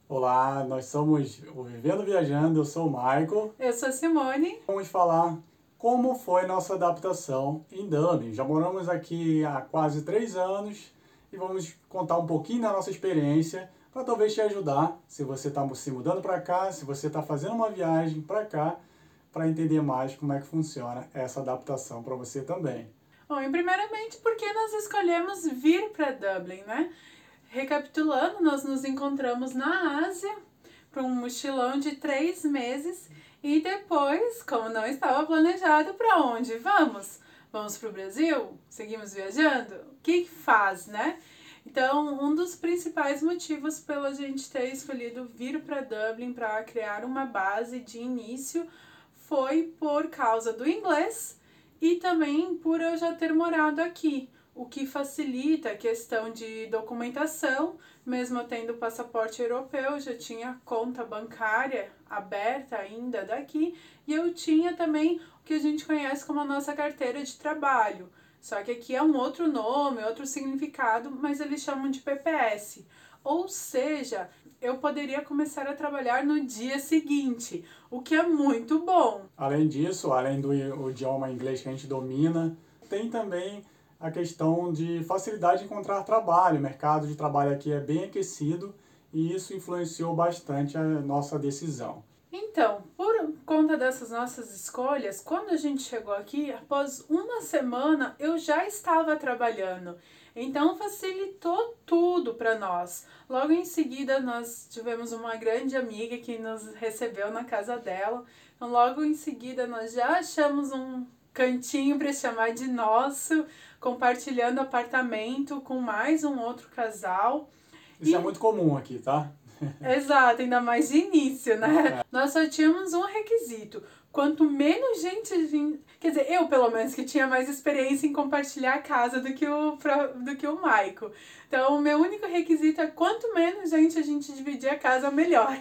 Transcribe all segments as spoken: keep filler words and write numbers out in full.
Olá, nós somos o Vivendo Viajando, eu sou o Michael. Eu sou a Simone. Vamos falar como foi nossa adaptação em Dublin. Já moramos aqui há quase três anos e vamos contar um pouquinho da nossa experiência para talvez te ajudar se você está se mudando para cá, se você está fazendo uma viagem para cá, para entender mais como é que funciona essa adaptação para você também. Bom, e primeiramente porque nós escolhemos vir para Dublin, né? Recapitulando, nós nos encontramos na Ásia para um mochilão de três meses e depois, como não estava planejado, para onde vamos? Vamos para o Brasil? Seguimos viajando? O que que faz, né? Então, um dos principais motivos pela gente ter escolhido vir para Dublin para criar uma base de início foi por causa do inglês e também por eu já ter morado aqui, o que facilita a questão de documentação, mesmo eu tendo passaporte europeu, já tinha conta bancária aberta ainda daqui, e eu tinha também o que a gente conhece como a nossa carteira de trabalho. Só que aqui é um outro nome, outro significado, mas eles chamam de P P S. Ou seja, eu poderia começar a trabalhar no dia seguinte, o que é muito bom. Além disso, além do o idioma inglês que a gente domina, tem também a questão de facilidade de encontrar trabalho. O mercado de trabalho aqui é bem aquecido e isso influenciou bastante a nossa decisão. Então, por conta dessas nossas escolhas, quando a gente chegou aqui, após uma semana eu já estava trabalhando. Então facilitou tudo para nós. Logo em seguida nós tivemos uma grande amiga que nos recebeu na casa dela. Então logo em seguida nós já achamos um cantinho para chamar de nosso, compartilhando apartamento com mais um outro casal. Isso E é muito comum aqui, tá? exato, ainda mais de início, né? Nós só tínhamos um requisito. Quanto menos gente a gente... Quer dizer, eu pelo menos que tinha mais experiência em compartilhar a casa do que o, do que o Maico. Então o meu único requisito é quanto menos gente a gente dividir a casa, melhor.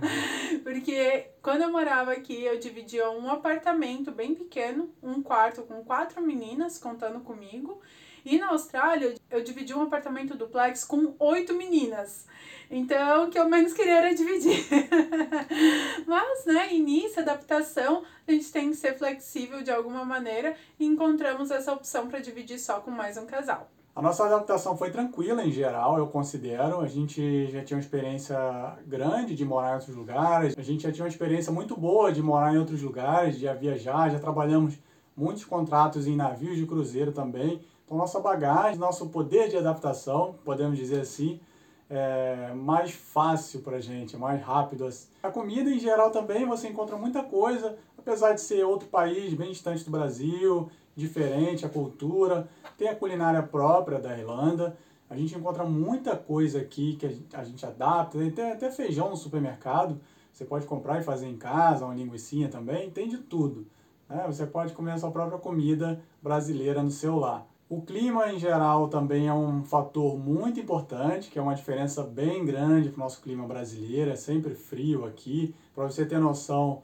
Porque quando eu morava aqui, eu dividia um apartamento bem pequeno, um quarto com quatro meninas, contando comigo. E na Austrália, eu dividi um apartamento duplex com oito meninas. Então, o que eu menos queria era dividir. Mas, né, início, adaptação, a gente tem que ser flexível de alguma maneira e encontramos essa opção para dividir só com mais um casal. A nossa adaptação foi tranquila em geral, eu considero. A gente já tinha uma experiência grande de morar em outros lugares, a gente já tinha uma experiência muito boa de morar em outros lugares, de viajar, já trabalhamos muitos contratos em navios de cruzeiro também. Então, nossa bagagem, nosso poder de adaptação, podemos dizer assim, é mais fácil pra gente, é mais rápido. A comida, em geral, também você encontra muita coisa, apesar de ser outro país, bem distante do Brasil, diferente a cultura, tem a culinária própria da Irlanda. A gente encontra muita coisa aqui que a gente adapta, tem até feijão no supermercado, você pode comprar e fazer em casa, uma linguicinha também, tem de tudo. Né? Você pode comer a sua própria comida brasileira no seu lar. O clima, em geral, também é um fator muito importante, que é uma diferença bem grande para o nosso clima brasileiro, é sempre frio aqui. Para você ter noção,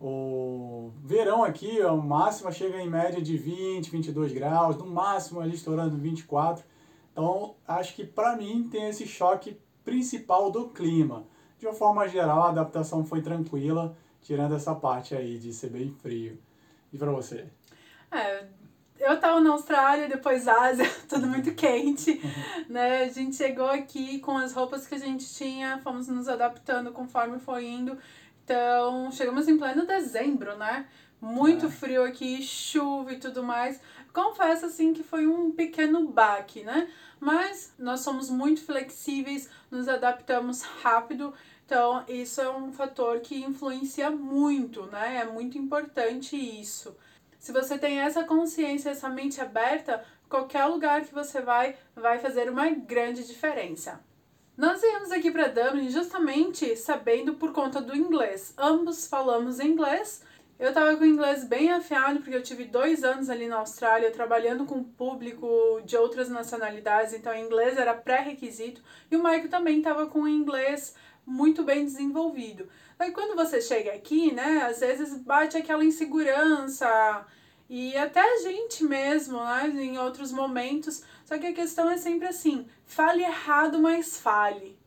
o verão aqui, a máxima chega em média de vinte, vinte e dois graus, no máximo ali estourando vinte e quatro. Então, acho que para mim tem esse choque principal do clima. De uma forma geral, a adaptação foi tranquila, tirando essa parte aí de ser bem frio. E para você? É, eu tava na Austrália, depois Ásia, tudo muito quente, né? A gente chegou aqui com as roupas que a gente tinha, fomos nos adaptando conforme foi indo. Então, chegamos em pleno dezembro, né? Muito É. frio aqui, chuva e tudo mais. Confesso, assim, que foi um pequeno baque, né? Mas nós somos muito flexíveis, nos adaptamos rápido. Então, isso é um fator que influencia muito, né? É muito importante isso. Se você tem essa consciência, essa mente aberta, qualquer lugar que você vai, vai fazer uma grande diferença. Nós viemos aqui para Dublin justamente sabendo por conta do inglês. Ambos falamos inglês. Eu estava com o inglês bem afiado porque eu tive dois anos ali na Austrália trabalhando com público de outras nacionalidades, então o inglês era pré-requisito. E o Michael também estava com o inglês muito bem desenvolvido. Aí quando você chega aqui, né, às vezes bate aquela insegurança e até a gente mesmo, né, em outros momentos. Só que a questão é sempre assim, fale errado, mas fale.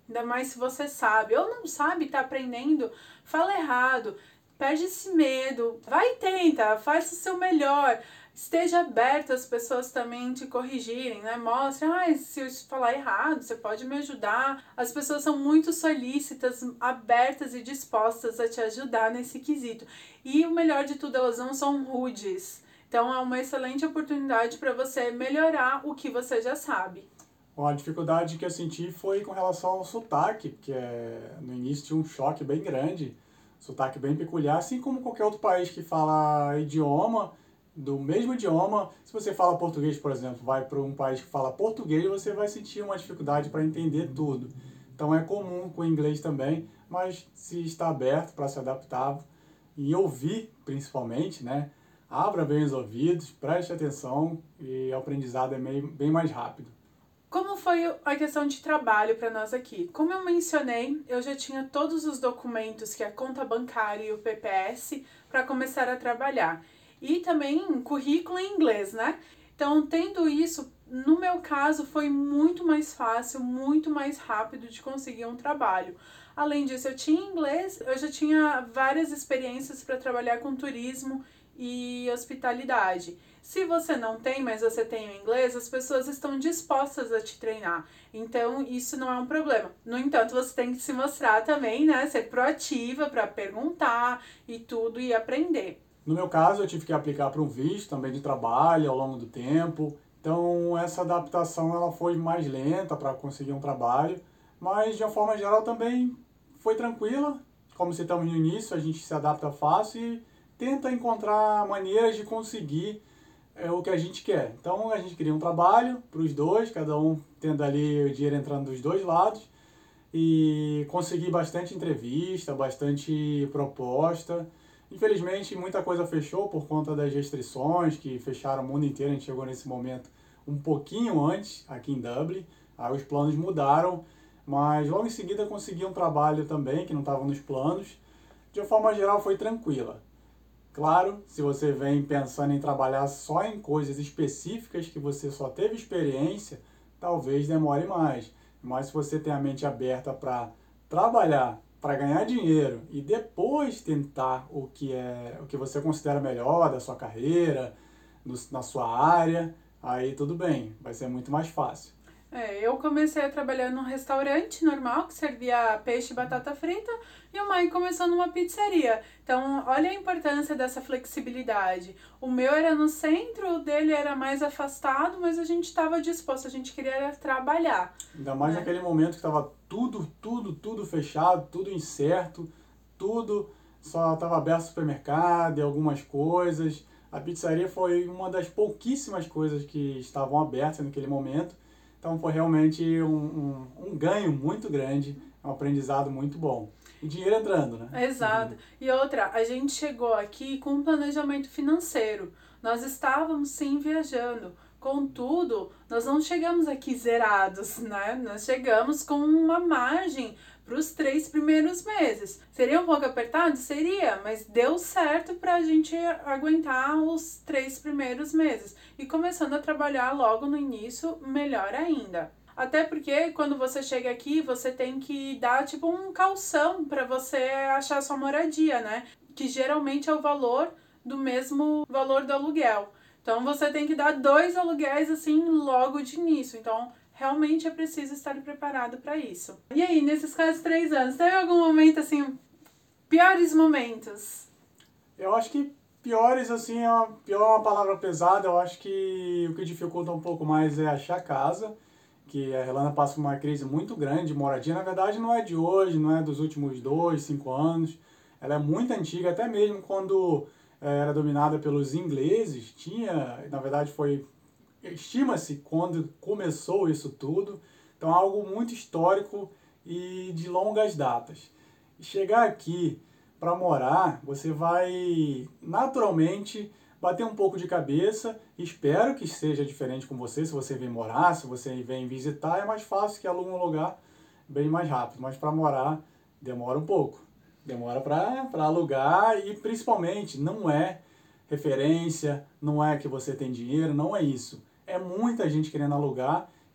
Ainda mais se você sabe ou não sabe, tá aprendendo, fala errado, perde esse medo, vai e tenta, faz o seu melhor. Esteja aberto às pessoas também te corrigirem, né? Mostre, ah, se eu falar errado, você pode me ajudar. As pessoas são muito solícitas, abertas e dispostas a te ajudar nesse quesito. E o melhor de tudo, elas não são rudes. Então é uma excelente oportunidade para você melhorar o que você já sabe. Bom, a dificuldade que eu senti foi com relação ao sotaque, porque no início tinha um choque bem grande, sotaque bem peculiar, assim como qualquer outro país que fala idioma, do mesmo idioma. Se você fala português, por exemplo, vai para um país que fala português, você vai sentir uma dificuldade para entender tudo. Então é comum com o inglês também, mas se está aberto para se adaptar e ouvir, principalmente, né? Abra bem os ouvidos, preste atenção e o aprendizado é meio, bem mais rápido. Como foi a questão de trabalho para nós aqui? Como eu mencionei, eu já tinha todos os documentos, que é a conta bancária e o P P S, para começar a trabalhar. E também currículo em inglês, né? Então, tendo isso, no meu caso, foi muito mais fácil, muito mais rápido de conseguir um trabalho. Além disso, eu tinha inglês, eu já tinha várias experiências para trabalhar com turismo e hospitalidade. Se você não tem, mas você tem o inglês, as pessoas estão dispostas a te treinar. Então, isso não é um problema. No entanto, você tem que se mostrar também, né? Ser proativa para perguntar e tudo e aprender. No meu caso, eu tive que aplicar para um visto também de trabalho ao longo do tempo. Então, essa adaptação ela foi mais lenta para conseguir um trabalho, mas de uma forma geral também foi tranquila. Como citamos no início, a gente se adapta fácil e tenta encontrar maneiras de conseguir é, o que a gente quer. Então, a gente cria um trabalho para os dois, cada um tendo ali o dinheiro entrando dos dois lados, e consegui bastante entrevista, bastante proposta. Infelizmente, muita coisa fechou por conta das restrições que fecharam o mundo inteiro. A gente chegou nesse momento um pouquinho antes, aqui em Dublin. Aí os planos mudaram, mas logo em seguida consegui um trabalho também, que não estava nos planos. De uma forma geral, foi tranquila. Claro, se você vem pensando em trabalhar só em coisas específicas que você só teve experiência, talvez demore mais. Mas se você tem a mente aberta para trabalhar, para ganhar dinheiro e depois tentar o que é o que você considera melhor da sua carreira, no, na sua área, aí tudo bem, vai ser muito mais fácil. É, eu comecei a trabalhar num restaurante normal que servia peixe e batata frita e o Mike começou numa pizzaria. Então, olha a importância dessa flexibilidade. O meu era no centro, o dele era mais afastado, mas a gente estava disposto, a gente queria trabalhar. Ainda mais né? naquele momento que estava tudo, tudo, tudo fechado, tudo incerto, tudo só estava aberto o supermercado e algumas coisas. A pizzaria foi uma das pouquíssimas coisas que estavam abertas naquele momento. Então foi realmente um, um, um ganho muito grande, um aprendizado muito bom. E dinheiro entrando, né? Exato. E outra, a gente chegou aqui com um planejamento financeiro. Nós estávamos sim viajando. Contudo, nós não chegamos aqui zerados, né? Nós chegamos com uma margem para os três primeiros meses. Seria um pouco apertado? Seria, mas deu certo para a gente aguentar os três primeiros meses. E começando a trabalhar logo no início, melhor ainda. Até porque quando você chega aqui, você tem que dar tipo um calção para você achar sua moradia, né? Que geralmente é o valor do mesmo valor do aluguel. Então você tem que dar dois aluguéis assim logo de início. Então realmente é preciso estar preparado para isso. E aí, nesses quase três anos, teve algum momento assim, piores momentos? Eu acho que piores, assim, é uma, pior é uma palavra pesada. Eu acho que o que dificulta um pouco mais é achar casa, que a Irlanda passa por uma crise muito grande de moradia. Na verdade, não é de hoje, não é dos últimos dois, cinco anos. Ela é muito antiga, até mesmo quando é, era dominada pelos ingleses, tinha, na verdade, foi, estima-se quando começou isso tudo. Então, é algo muito histórico e de longas datas. E chegar aqui para morar, você vai naturalmente bater um pouco de cabeça. Espero que seja diferente com você, se você vem morar, se você vem visitar, é mais fácil que alugue um lugar bem mais rápido. Mas para morar, demora um pouco. Demora para alugar e principalmente não é referência, não é que você tem dinheiro, não é isso. É muita gente querendo alugar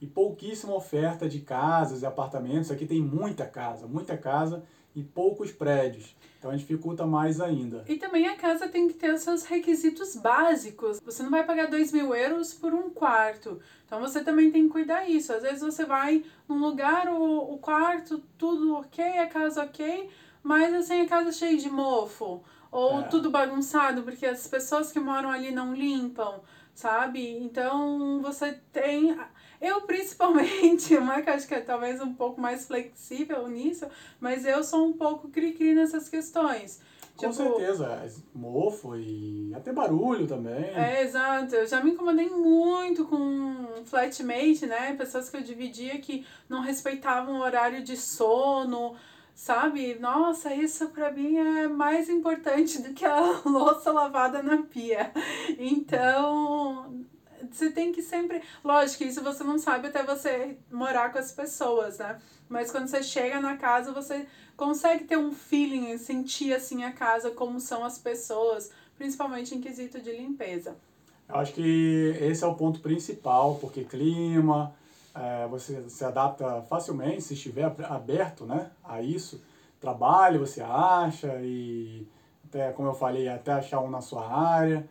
e pouquíssima oferta de casas e apartamentos. Aqui tem muita casa, muita casa e poucos prédios. Então dificulta mais ainda. E também a casa tem que ter os seus requisitos básicos. Você não vai pagar dois mil euros por um quarto. Então você também tem que cuidar disso. Às vezes você vai num lugar, o, o quarto, tudo ok, a casa ok, mas assim, a casa cheia de mofo. Ou É. tudo bagunçado, porque as pessoas que moram ali não limpam, sabe? Então você tem... Eu, principalmente, o Marco acho que é talvez um pouco mais flexível nisso, mas eu sou um pouco cri-cri nessas questões. Com Tipo, certeza, mofo e até barulho também. É, exato. Eu já me incomodei muito com flatmate, né? Pessoas que eu dividia que não respeitavam o horário de sono, sabe? Nossa, isso pra mim é mais importante do que a louça lavada na pia. Então, você tem que sempre... Lógico que isso você não sabe até você morar com as pessoas, né? Mas quando você chega na casa, você consegue ter um feeling, sentir assim a casa, como são as pessoas, principalmente em quesito de limpeza. Eu acho que esse é o ponto principal, porque clima, é, você se adapta facilmente se estiver aberto, né, a isso. Trabalho você acha e, até, como eu falei, até achar um na sua área,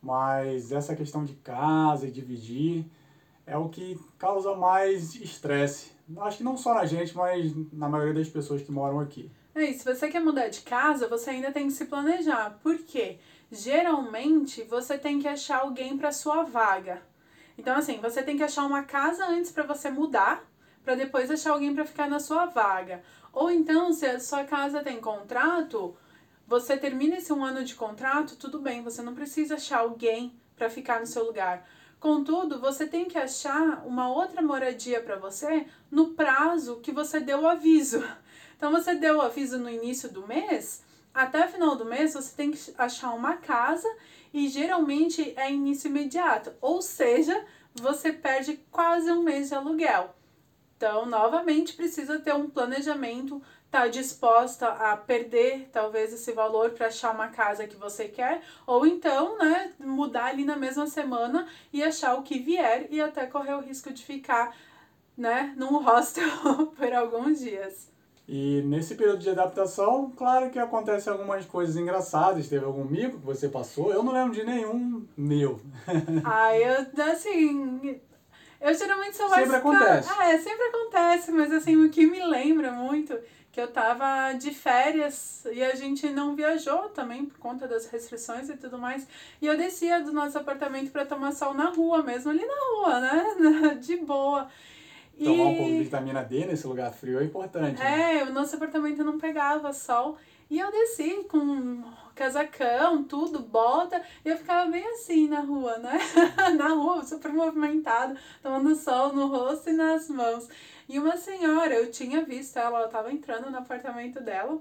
mas essa questão de casa e dividir é o que causa mais estresse. Acho que não só na gente, mas na maioria das pessoas que moram aqui. É, e se você quer mudar de casa, você ainda tem que se planejar. Por quê? Geralmente, você tem que achar alguém para sua vaga. Então, assim, você tem que achar uma casa antes para você mudar, para depois achar alguém para ficar na sua vaga. Ou então, se a sua casa tem contrato, você termina esse um ano de contrato, tudo bem, você não precisa achar alguém para ficar no seu lugar. Contudo, você tem que achar uma outra moradia para você no prazo que você deu o aviso. Então, você deu o aviso no início do mês, até o final do mês você tem que achar uma casa e geralmente é início imediato. Ou seja, você perde quase um mês de aluguel. Então, novamente, precisa ter um planejamento, tá disposta a perder talvez esse valor para achar uma casa que você quer, ou então, né, mudar ali na mesma semana e achar o que vier e até correr o risco de ficar, né, num hostel por alguns dias. E nesse período de adaptação, claro que acontecem algumas coisas engraçadas. Teve algum mico que você passou? Eu não lembro de nenhum meu. Ah, eu, assim, eu geralmente sou mais... Sempre acontece. Ah, é, sempre acontece, mas assim, o que me lembra muito, que eu tava de férias e a gente não viajou também por conta das restrições e tudo mais. E eu descia do nosso apartamento pra tomar sol na rua mesmo, ali na rua, né, de boa. Tomar E... um pouco de vitamina D nesse lugar frio é importante. Né? É, o nosso apartamento não pegava sol. E eu desci com casacão, tudo, bota, e eu ficava bem assim na rua, né? Na rua, super movimentado, tomando sol no rosto e nas mãos. E uma senhora, eu tinha visto ela, ela tava entrando no apartamento dela,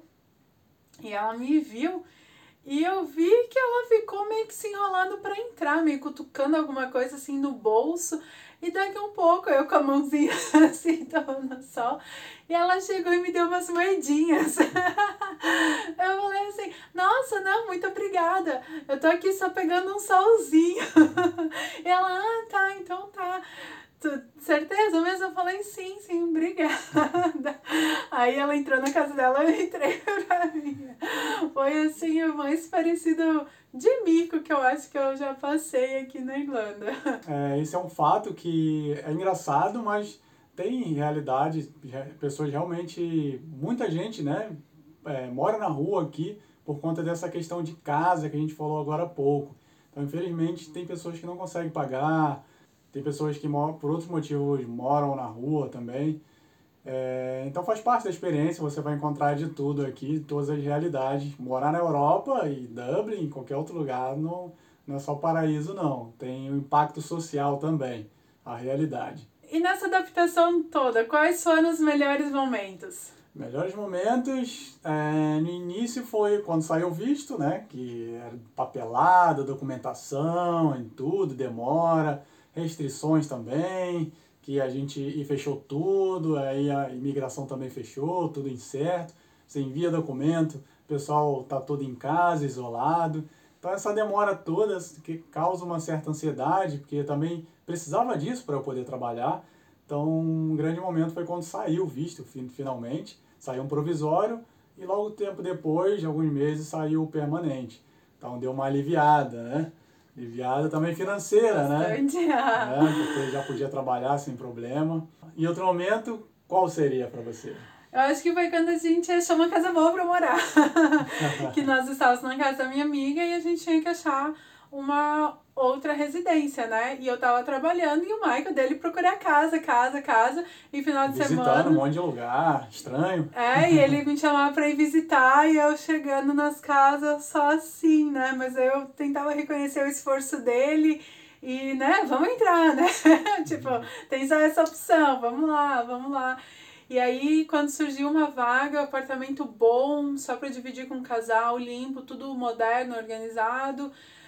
e ela me viu, e eu vi que ela ficou meio que se enrolando pra entrar, meio cutucando alguma coisa assim no bolso. E daqui a um pouco, eu com a mãozinha assim, tomando sol, e ela chegou e me deu umas moedinhas. Eu falei assim, nossa, não, muito obrigada, eu tô aqui só pegando um solzinho. E ela, ah, tá, então tá. Tu, certeza mesmo? Eu falei, sim, sim, obrigada. Aí ela entrou na casa dela, eu entrei pra mim. Foi assim, o mais parecido de mico que eu acho que eu já passei aqui na Irlanda. É, esse é um fato que é engraçado, mas tem realidade, pessoas realmente, muita gente, né, é, mora na rua aqui por conta dessa questão de casa que a gente falou agora há pouco. Então, infelizmente, tem pessoas que não conseguem pagar, tem pessoas que moram, por outros motivos moram na rua também. É, então faz parte da experiência, você vai encontrar de tudo aqui, todas as realidades. Morar na Europa e Dublin, em qualquer outro lugar, não, não é só paraíso não. Tem o impacto social também, a realidade. E nessa adaptação toda, quais foram os melhores momentos? Melhores momentos, é, no início foi quando saiu o visto, né? Que era papelada, documentação, em tudo, demora, restrições também, que a gente e fechou tudo, aí a imigração também fechou, tudo incerto. Você envia documento, o pessoal tá todo em casa, isolado. Então essa demora toda que causa uma certa ansiedade, porque também precisava disso para eu poder trabalhar. Então, um grande momento foi quando saiu o visto, finalmente, saiu um provisório e logo tempo depois, de alguns meses, saiu o permanente. Então, deu uma aliviada, né? Aliviada também financeira, Bastante. né? É, porque já podia trabalhar sem problema. Em outro momento, qual seria para você? Eu acho que foi quando a gente achou uma casa boa pra morar. Que nós estávamos na casa da minha amiga e a gente tinha que achar uma outra residência, né? E eu tava trabalhando e o Michael dele procurar casa, casa, casa. E final de Visitando semana... um monte de lugar, estranho. É, e ele me chamava pra ir visitar e eu chegando nas casas só assim, né? Mas eu tentava reconhecer o esforço dele e, né, vamos entrar, né? Tipo, tem só essa opção, vamos lá, vamos lá. E aí, quando surgiu uma vaga, apartamento bom, só pra dividir com um casal, limpo, tudo moderno, organizado,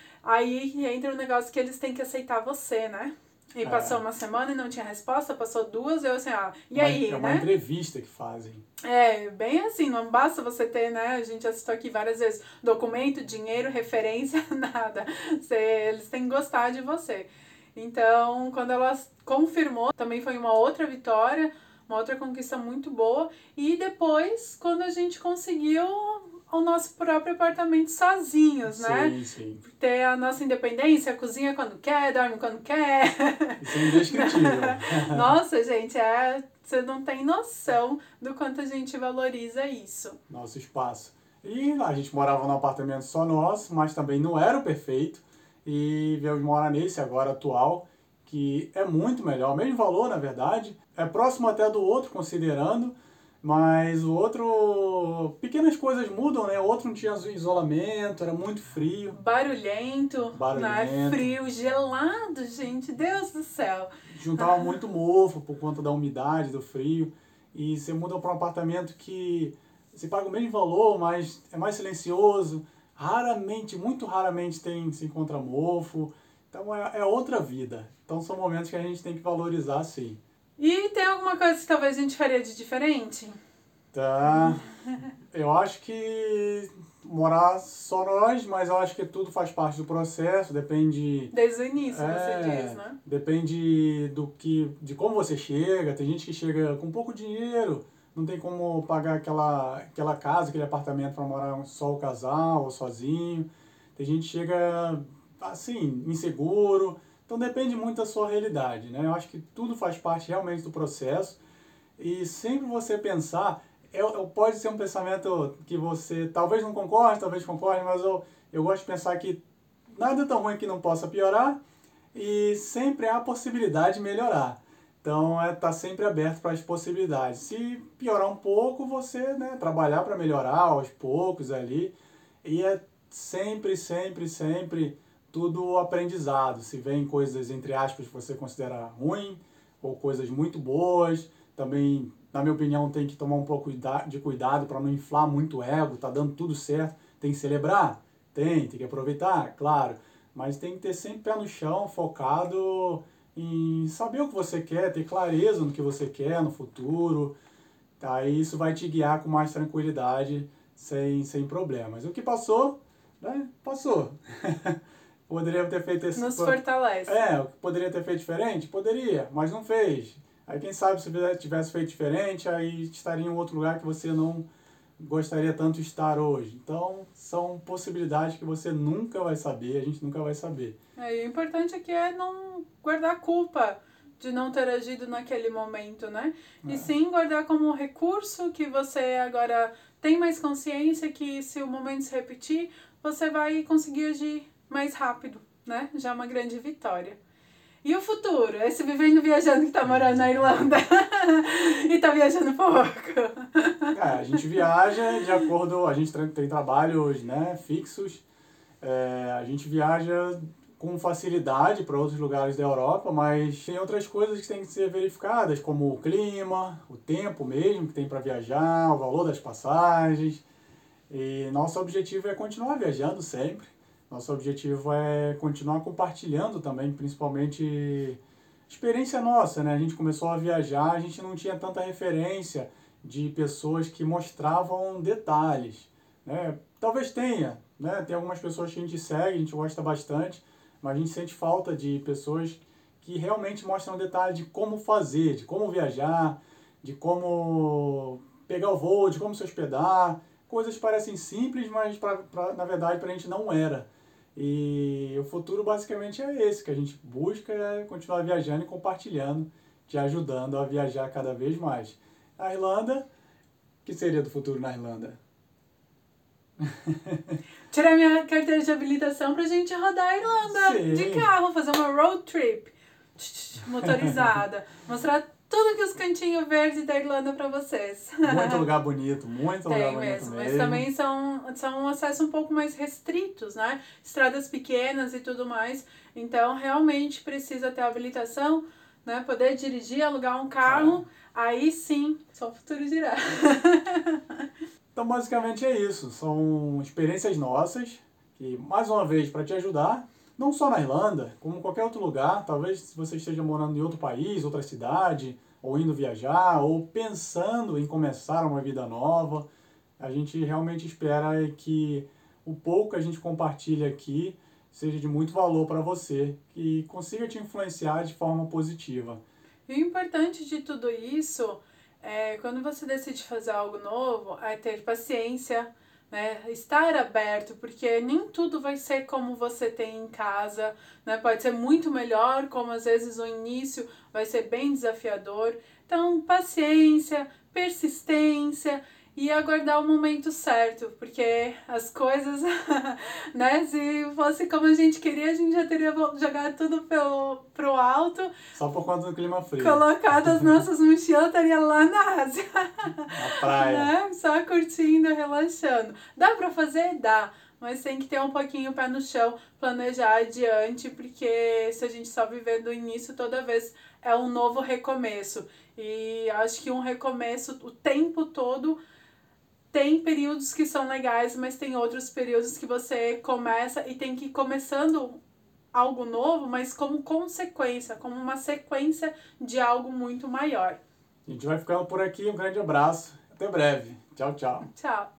aí entra o negócio que eles têm que aceitar você, né? E passou É. uma semana e não tinha resposta, passou duas, eu assim, ah, e Uma- aí, é uma né? entrevista que fazem. É, bem assim, não basta você ter, né, a gente já citou aqui várias vezes, documento, dinheiro, referência, nada. Você, eles têm que gostar de você. Então, quando ela confirmou, também foi uma outra vitória, uma outra conquista muito boa. E depois, quando a gente conseguiu o nosso próprio apartamento sozinhos, né? Sim, sim. Ter a nossa independência, cozinha quando quer, dorme quando quer. Isso é indescritível. Nossa, gente, é, você não tem noção do quanto a gente valoriza isso. Nosso espaço. E a gente morava num apartamento só nosso, mas também não era o perfeito. E viemos morar nesse agora atual, que é muito melhor, mesmo valor na verdade. É próximo até do outro, considerando, mas o outro, pequenas coisas mudam, né? O outro não tinha isolamento, era muito frio. Barulhento, Barulhento. Né? Frio, gelado, gente, Deus do céu. Juntava muito mofo por conta da umidade, do frio. E você muda para um apartamento que você paga o mesmo valor, mas é mais silencioso. Raramente, muito raramente tem, se encontra mofo. Então é, é outra vida. Então são momentos que a gente tem que valorizar, sim. E tem alguma coisa que talvez a gente faria de diferente? Tá. Eu acho que morar só nós, mas eu acho que tudo faz parte do processo, depende. Desde o início, É, você diz, né? Depende do que, de como você chega. Tem gente que chega com pouco dinheiro, não tem como pagar aquela, aquela casa, aquele apartamento para morar só o casal ou sozinho. Tem gente que chega assim, inseguro. Então depende muito da sua realidade, né? Eu acho que tudo faz parte realmente do processo. E sempre você pensar, eu, eu, pode ser um pensamento que você talvez não concorde, talvez concorde, mas eu, eu gosto de pensar que nada é tão ruim que não possa piorar e sempre há a possibilidade de melhorar. Então, é estar tá sempre aberto para as possibilidades. Se piorar um pouco, você, né, trabalhar para melhorar aos poucos ali. E é sempre, sempre, sempre tudo aprendizado. Se vem coisas, entre aspas, que você considera ruim ou coisas muito boas, também, na minha opinião, tem que tomar um pouco de cuidado para não inflar muito o ego. Tá dando tudo certo, tem que celebrar? Tem, tem que aproveitar, claro. Mas tem que ter sempre pé no chão, focado em saber o que você quer, ter clareza no que você quer no futuro. Tá? E isso vai te guiar com mais tranquilidade, sem, sem problemas. O que passou, né? Passou. Poderia ter feito esse... Nos fortalece. É, poderia ter feito diferente? Poderia, mas não fez. Aí quem sabe se tivesse feito diferente, aí estaria em outro lugar que você não gostaria tanto de estar hoje. Então, são possibilidades que você nunca vai saber, a gente nunca vai saber. É, e o importante aqui é não guardar culpa de não ter agido naquele momento, né? E É. sim guardar como um recurso que você agora tem mais consciência que se o momento se repetir, você vai conseguir agir mais rápido, né? Já é uma grande vitória. E o futuro? Esse vivendo viajando que tá morando na Irlanda e tá viajando pouco. É, a gente viaja de acordo, a gente tem trabalhos, né, fixos, é, a gente viaja com facilidade para outros lugares da Europa, mas tem outras coisas que têm que ser verificadas, como o clima, o tempo mesmo que tem para viajar, o valor das passagens. E nosso objetivo é continuar viajando sempre. Nosso objetivo é continuar compartilhando também, principalmente experiência nossa, né? A gente começou a viajar, a gente não tinha tanta referência de pessoas que mostravam detalhes, né? Talvez tenha, né? Tem algumas pessoas que a gente segue, a gente gosta bastante, mas a gente sente falta de pessoas que realmente mostram detalhe de como fazer, de como viajar, de como pegar o voo, de como se hospedar. Coisas que parecem simples, mas pra, pra, na verdade para a gente não era. E o futuro basicamente é esse, que a gente busca é continuar viajando e compartilhando, te ajudando a viajar cada vez mais. A Irlanda, o que seria do futuro na Irlanda? Tirar minha carteira de habilitação pra gente rodar a Irlanda Sim. de carro, fazer uma road trip motorizada, mostrar tudo que os cantinhos verdes da Irlanda pra vocês. Muito lugar bonito, muito lugar Tem bonito mesmo, mesmo. mas também são, são acessos um pouco mais restritos, né? Estradas pequenas e tudo mais. Então, realmente precisa ter habilitação, né? Poder dirigir, alugar um carro. É. Aí sim, só o futuro dirá. Então, basicamente é isso. São experiências nossas, que, mais uma vez, para te ajudar, não só na Irlanda, como em qualquer outro lugar. Talvez se você esteja morando em outro país, outra cidade, ou indo viajar, ou pensando em começar uma vida nova. A gente realmente espera que o pouco que a gente compartilha aqui seja de muito valor para você, que consiga te influenciar de forma positiva. E o importante de tudo isso é, quando você decide fazer algo novo, é ter paciência, né? Estar aberto, porque nem tudo vai ser como você tem em casa, né? Pode ser muito melhor, como às vezes o início vai ser bem desafiador. Então, paciência, persistência e aguardar o momento certo, porque as coisas, né, se fosse como a gente queria, a gente já teria jogado tudo pelo, pro alto. Só por conta do clima frio. Colocado as nossas mochilas, estaria lá na Ásia. Na praia. Né? Só curtindo, relaxando. Dá pra fazer? Dá. Mas tem que ter um pouquinho o pé no chão, planejar adiante, porque se a gente só viver do início, toda vez é um novo recomeço. E acho que um recomeço o tempo todo. Tem períodos que são legais, mas tem outros períodos que você começa e tem que ir começando algo novo, mas como consequência, como uma sequência de algo muito maior. A gente vai ficando por aqui, um grande abraço, até breve. Tchau, tchau. Tchau.